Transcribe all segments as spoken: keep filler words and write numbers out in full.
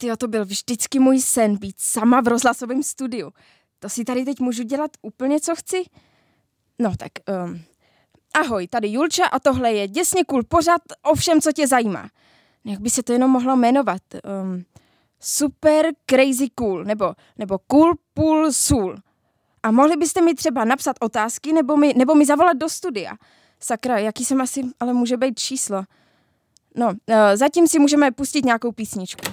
tyjo, to byl vždycky můj sen být sama v rozhlasovém studiu. To si tady teď můžu dělat úplně, co chci? No tak, um, ahoj, tady Julča a tohle je Děsně cool pořad o všem, co tě zajímá. Jak by se to jenom mohlo jmenovat? Um, super crazy cool, nebo, nebo cool pool soul. A mohli byste mi třeba napsat otázky, nebo mi, nebo mi zavolat do studia. Sakra, jaký jsem asi, ale může být číslo. No, uh, zatím si můžeme pustit nějakou písničku.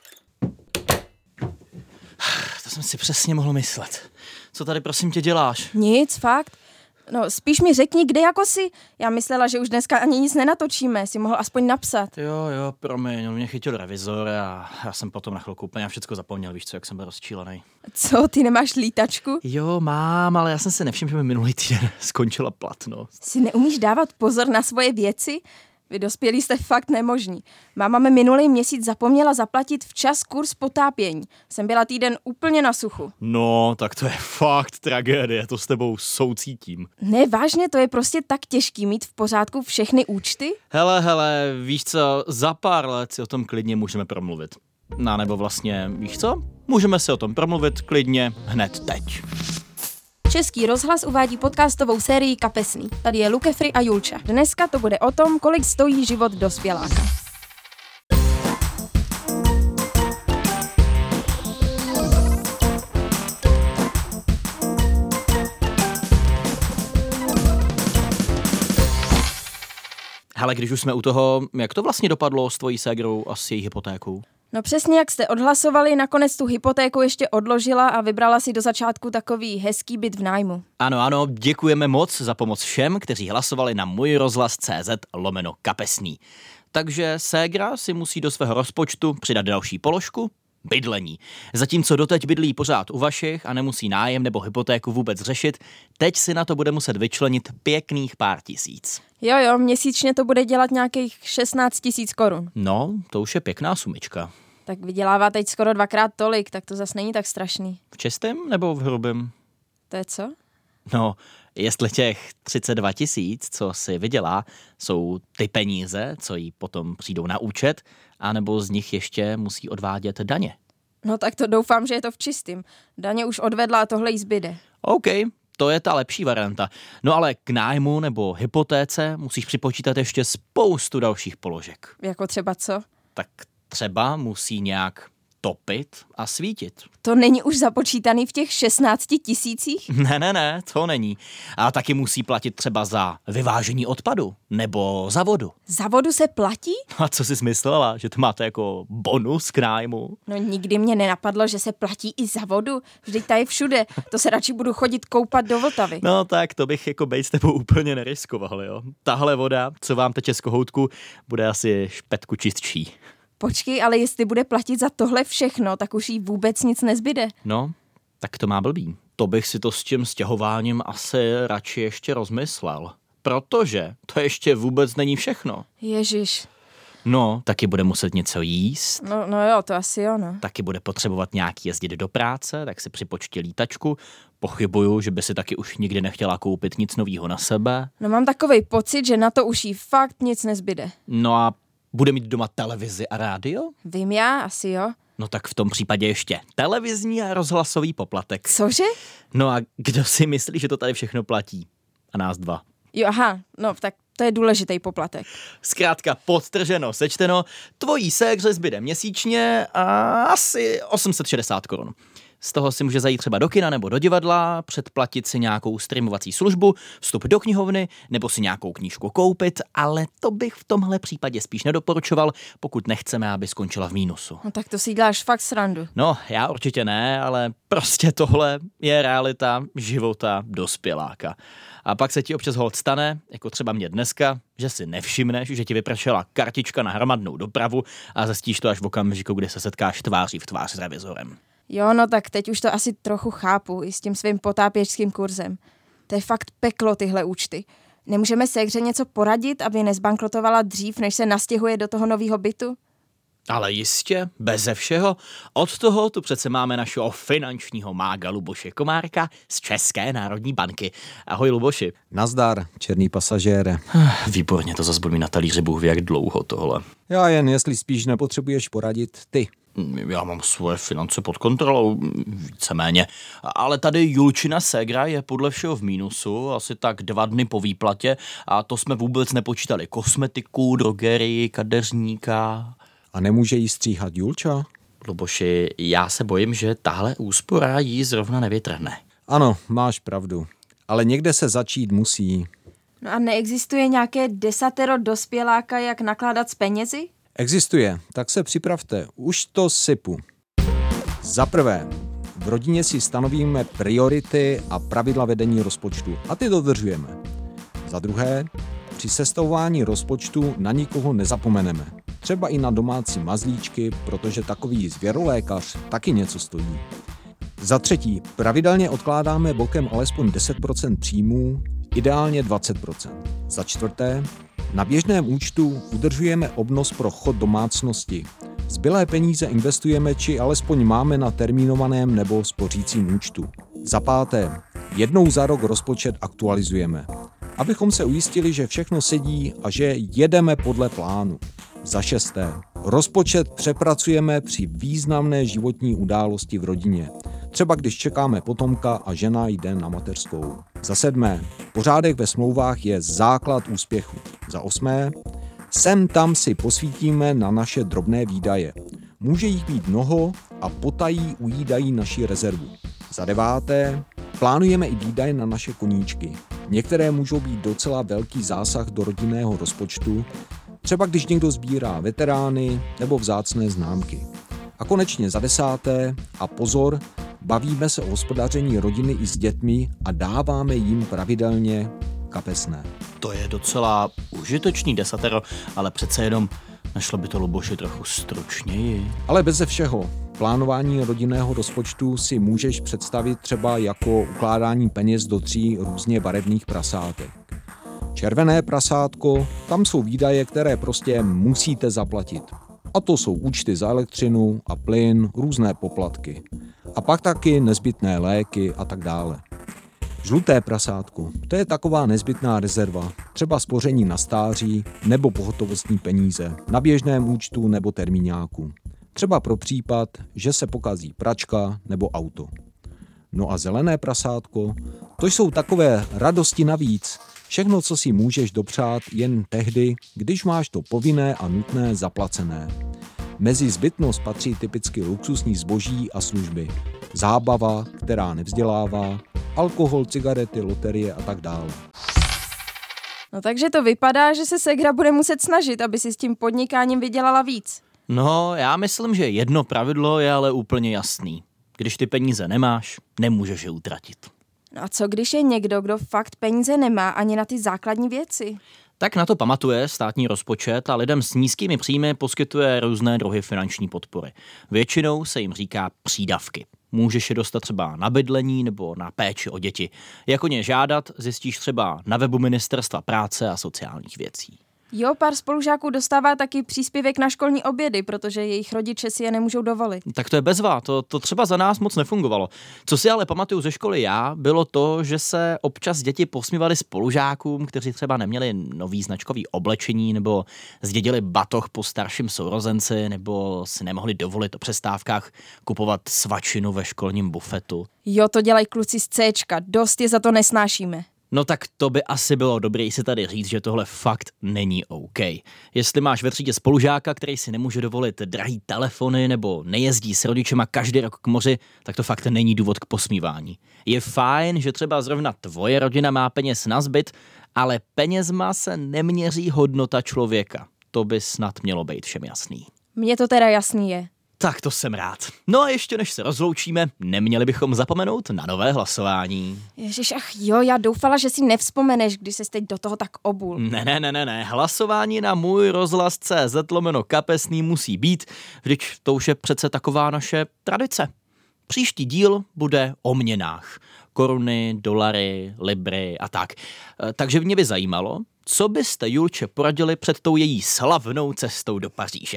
To jsem si přesně mohl myslet. Co tady prosím tě děláš? Nic, fakt. No, spíš mi řekni, kde jako si. Já myslela, že už dneska ani nic nenatočíme, si mohl aspoň napsat. Jo, jo, promiň, on mě chytil revizor a já jsem potom na chvilku úplně všecko zapomněl, víš co, jak jsem byl rozčílený. Co, ty nemáš lítačku? Jo, mám, ale já jsem si nevšiml, že mi minulý týden skončila platnost. Si neumíš dávat pozor na svoje věci? Vy dospělí jste fakt nemožní. Máma mi minulý měsíc zapomněla zaplatit včas kurz potápění. Jsem byla týden úplně na suchu. No, tak to je fakt tragédie, to s tebou soucítím. Ne, vážně, to je prostě tak těžký mít v pořádku všechny účty? Hele, hele, víš co, za pár let si o tom klidně můžeme promluvit. No, nebo vlastně, víš co, můžeme si o tom promluvit klidně hned teď. Český rozhlas uvádí podcastovou sérii Kapesný. Tady je Lukefry a Julča. Dneska to bude o tom, kolik stojí život dospěláka. Hele, když už jsme u toho, jak to vlastně dopadlo s tvojí ségrou a s její hypotékou? No přesně jak jste odhlasovali, nakonec tu hypotéku ještě odložila a vybrala si do začátku takový hezký byt v nájmu. Ano, ano, děkujeme moc za pomoc všem, kteří hlasovali na můj rozhlas tečka cé zet lomeno kapesný. Takže ségra si musí do svého rozpočtu přidat další položku, bydlení. Zatímco doteď bydlí pořád u vašich a nemusí nájem nebo hypotéku vůbec řešit, teď si na to bude muset vyčlenit pěkných pár tisíc. Jo, jo, měsíčně to bude dělat nějakých šestnáct tisíc korun. No, to už je pěkná sumička. Tak vydělává teď skoro dvakrát tolik, tak to zas není tak strašný. V čistém nebo v hrubém? To je co? No, jestli těch třicet dva tisíc, co si vydělá, jsou ty peníze, co jí potom přijdou na účet, anebo z nich ještě musí odvádět daně. No tak to doufám, že je to v čistým. Daně už odvedla a tohle jí zbyde. OK, to je ta lepší varianta. No ale k nájmu nebo hypotéce musíš připočítat ještě spoustu dalších položek. Jako třeba co? Tak třeba musí nějak topit a svítit. To není už započítaný v těch šestnácti tisících? Ne, ne, ne, to není. A taky musí platit třeba za vyvážení odpadu nebo za vodu. Za vodu se platí? A co jsi myslela, že to máte jako bonus k nájmu? No nikdy mě nenapadlo, že se platí i za vodu. Vždyť ta je všude. To se radši budu chodit koupat do Vltavy. No tak to bych jako bejt s tebou úplně neriskoval, jo. Tahle voda, co vám teče z kohoutku, bude asi špetku čistší. Počkej, ale jestli bude platit za tohle všechno, tak už jí vůbec nic nezbyde. No, tak to má blbý. To bych si to s tím stěhováním asi radši ještě rozmyslel. Protože to ještě vůbec není všechno. Ježiš. No, taky bude muset něco jíst. No, no jo, to asi jo, no. Taky bude potřebovat nějak jezdit do práce, tak si připočtě lítačku. Pochybuju, že by si taky už nikdy nechtěla koupit nic novýho na sebe. No mám takovej pocit, že na to už jí fakt nic nezbyde. No a bude mít doma televizi a rádio? Vím já, asi jo. No tak v tom případě ještě televizní a rozhlasový poplatek. Cože? No a kdo si myslí, že to tady všechno platí? A nás dva. Jo, aha, no tak to je důležitý poplatek. Zkrátka podtrženo, sečteno, tvojí ségře zbyde měsíčně a asi osm set šedesát korun. Z toho si může zajít třeba do kina nebo do divadla, předplatit si nějakou streamovací službu, vstup do knihovny nebo si nějakou knížku koupit, ale to bych v tomhle případě spíš nedoporučoval, pokud nechceme, aby skončila v mínusu. No tak to si děláš fakt srandu. No, já určitě ne, ale prostě tohle je realita života dospěláka. A pak se ti občas holt stane, jako třeba mě dneska, že si nevšimneš, že ti vypršela kartička na hromadnou dopravu a zjistíš to až v okamžiku, kdy se setkáš tváří v tvář s revizorem. Jo, no tak teď už to asi trochu chápu i s tím svým potápěčským kurzem. To je fakt peklo, tyhle účty. Nemůžeme ségře něco poradit, aby nezbankrotovala dřív, než se nastěhuje do toho nového bytu? Ale jistě, beze všeho. Od toho tu přece máme našeho finančního mága Luboše Komárka z České národní banky. Ahoj Luboši. Nazdar, černý pasažére. Výborně, to zase budu mít na talíři Bůh ví jak dlouho tohle. Já jen, jestli spíš nepotřebuješ poradit ty. Já mám svoje finance pod kontrolou, víceméně. Ale tady Julčina ségra je podle všeho v mínusu, asi tak dva dny po výplatě a to jsme vůbec nepočítali kosmetiku, drogerii, kadeřníka. A nemůže jí stříhat Julča? Luboši, já se bojím, že tahle úspora jí zrovna nevytrhne. Ano, máš pravdu. Ale někde se začít musí. No a neexistuje nějaké desatero dospěláka, jak nakládat s penězi? Existuje, tak se připravte, už to sypu. Za prvé, v rodině si stanovíme priority a pravidla vedení rozpočtu a ty dodržujeme. Za druhé, při sestavování rozpočtu na nikoho nezapomeneme. Třeba i na domácí mazlíčky, protože takový zvěrolékař taky něco stojí. Za třetí, pravidelně odkládáme bokem alespoň deset procent příjmů, ideálně dvacet procent. Za čtvrté, na běžném účtu udržujeme obnos pro chod domácnosti. Zbylé peníze investujeme či alespoň máme na termínovaném nebo spořícím účtu. Za páté, jednou za rok rozpočet aktualizujeme, abychom se ujistili, že všechno sedí a že jedeme podle plánu. Za šesté, rozpočet přepracujeme při významné životní události v rodině. Třeba když čekáme potomka a žena jde na mateřskou. Za sedmé, pořádek ve smlouvách je základ úspěchu. Za osmé, sem tam si posvítíme na naše drobné výdaje. Může jich být mnoho a potají ujídají naši rezervu. Za deváté, plánujeme i výdaje na naše koníčky. Některé můžou být docela velký zásah do rodinného rozpočtu, třeba když někdo sbírá veterány nebo vzácné známky. A konečně za desáté, a pozor, bavíme se o hospodaření rodiny i s dětmi a dáváme jim pravidelně kapesné. To je docela užitečný desatero, ale přece jenom nešlo by to, Luboši, trochu stručněji. Ale beze všeho. Plánování rodinného rozpočtu si můžeš představit třeba jako ukládání peněz do tří různě barevných prasátek. Červené prasátko, tam jsou výdaje, které prostě musíte zaplatit. A to jsou účty za elektřinu a plyn, různé poplatky. A pak taky nezbytné léky a tak dále. Žluté prasátko, to je taková nezbytná rezerva, třeba spoření na stáří nebo pohotovostní peníze, na běžném účtu nebo termíňáku. Třeba pro případ, že se pokazí pračka nebo auto. No a zelené prasátko, to jsou takové radosti navíc. Všechno, co si můžeš dopřát jen tehdy, když máš to povinné a nutné zaplacené. Mezi zbytnost patří typicky luxusní zboží a služby. Zábava, která nevzdělává, alkohol, cigarety, loterie a tak dále. No takže to vypadá, že se ségra bude muset snažit, aby si s tím podnikáním vydělala víc. No, já myslím, že jedno pravidlo je ale úplně jasný. Když ty peníze nemáš, nemůžeš je utratit. No a co když je někdo, kdo fakt peníze nemá ani na ty základní věci? Tak na to pamatuje státní rozpočet a lidem s nízkými příjmy poskytuje různé druhy finanční podpory. Většinou se jim říká přídavky. Můžeš je dostat třeba na bydlení nebo na péči o děti. Jak o ně žádat, zjistíš třeba na webu Ministerstva práce a sociálních věcí. Jo, pár spolužáků dostává taky příspěvek na školní obědy, protože jejich rodiče si je nemůžou dovolit. Tak to je bezva, to, to třeba za nás moc nefungovalo. Co si ale pamatuju ze školy já, bylo to, že se občas děti posmívali spolužákům, kteří třeba neměli nový značkový oblečení nebo zdědili batoh po starším sourozenci nebo si nemohli dovolit o přestávkách kupovat svačinu ve školním bufetu. Jo, to dělají kluci z Céčka, dost je za to nesnášíme. No tak to by asi bylo dobré si tady říct, že tohle fakt není OK. Jestli máš ve třídě spolužáka, který si nemůže dovolit drahý telefony nebo nejezdí s rodičema každý rok k moři, tak to fakt není důvod k posmívání. Je fajn, že třeba zrovna tvoje rodina má peněz na zbyt, ale penězma se neměří hodnota člověka. To by snad mělo být všem jasný. Mně to teda jasný je. Tak to jsem rád. No a ještě než se rozloučíme, neměli bychom zapomenout na nové hlasování. Ježiš, ach jo, já doufala, že si nevzpomeneš, když se teď do toho tak obul. Ne, ne, ne, ne, ne, hlasování na můj rozhlas tečka cé zet lomeno kapesný musí být, vždyť to už je přece taková naše tradice. Příští díl bude o měnách. Koruny, dolary, libry a tak. Takže mě by zajímalo, co byste Julče poradili před tou její slavnou cestou do Paříže?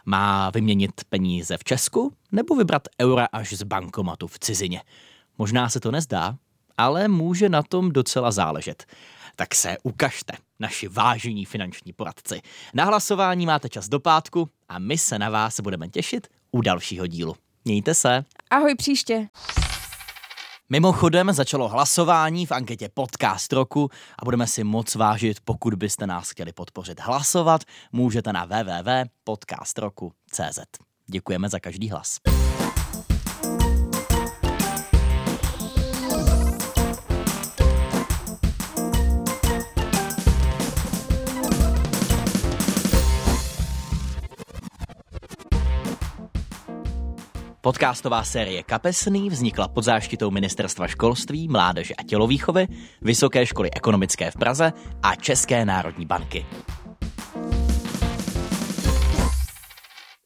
Má vyměnit peníze v Česku nebo vybrat eura až z bankomatu v cizině? Možná se to nezdá, ale může na tom docela záležet. tak se ukažte, naši vážení finanční poradci. Na hlasování máte čas do pátku a my se na vás budeme těšit u dalšího dílu. Mějte se. Ahoj příště. Mimochodem začalo hlasování v anketě Podcast roku a budeme si moc vážit, pokud byste nás chtěli podpořit. Hlasovat můžete na w w w tečka podcast roku tečka c z. Děkujeme za každý hlas. Podcastová série Kapesný vznikla pod záštitou Ministerstva školství, mládeže a tělovýchovy, Vysoké školy ekonomické v Praze a České národní banky.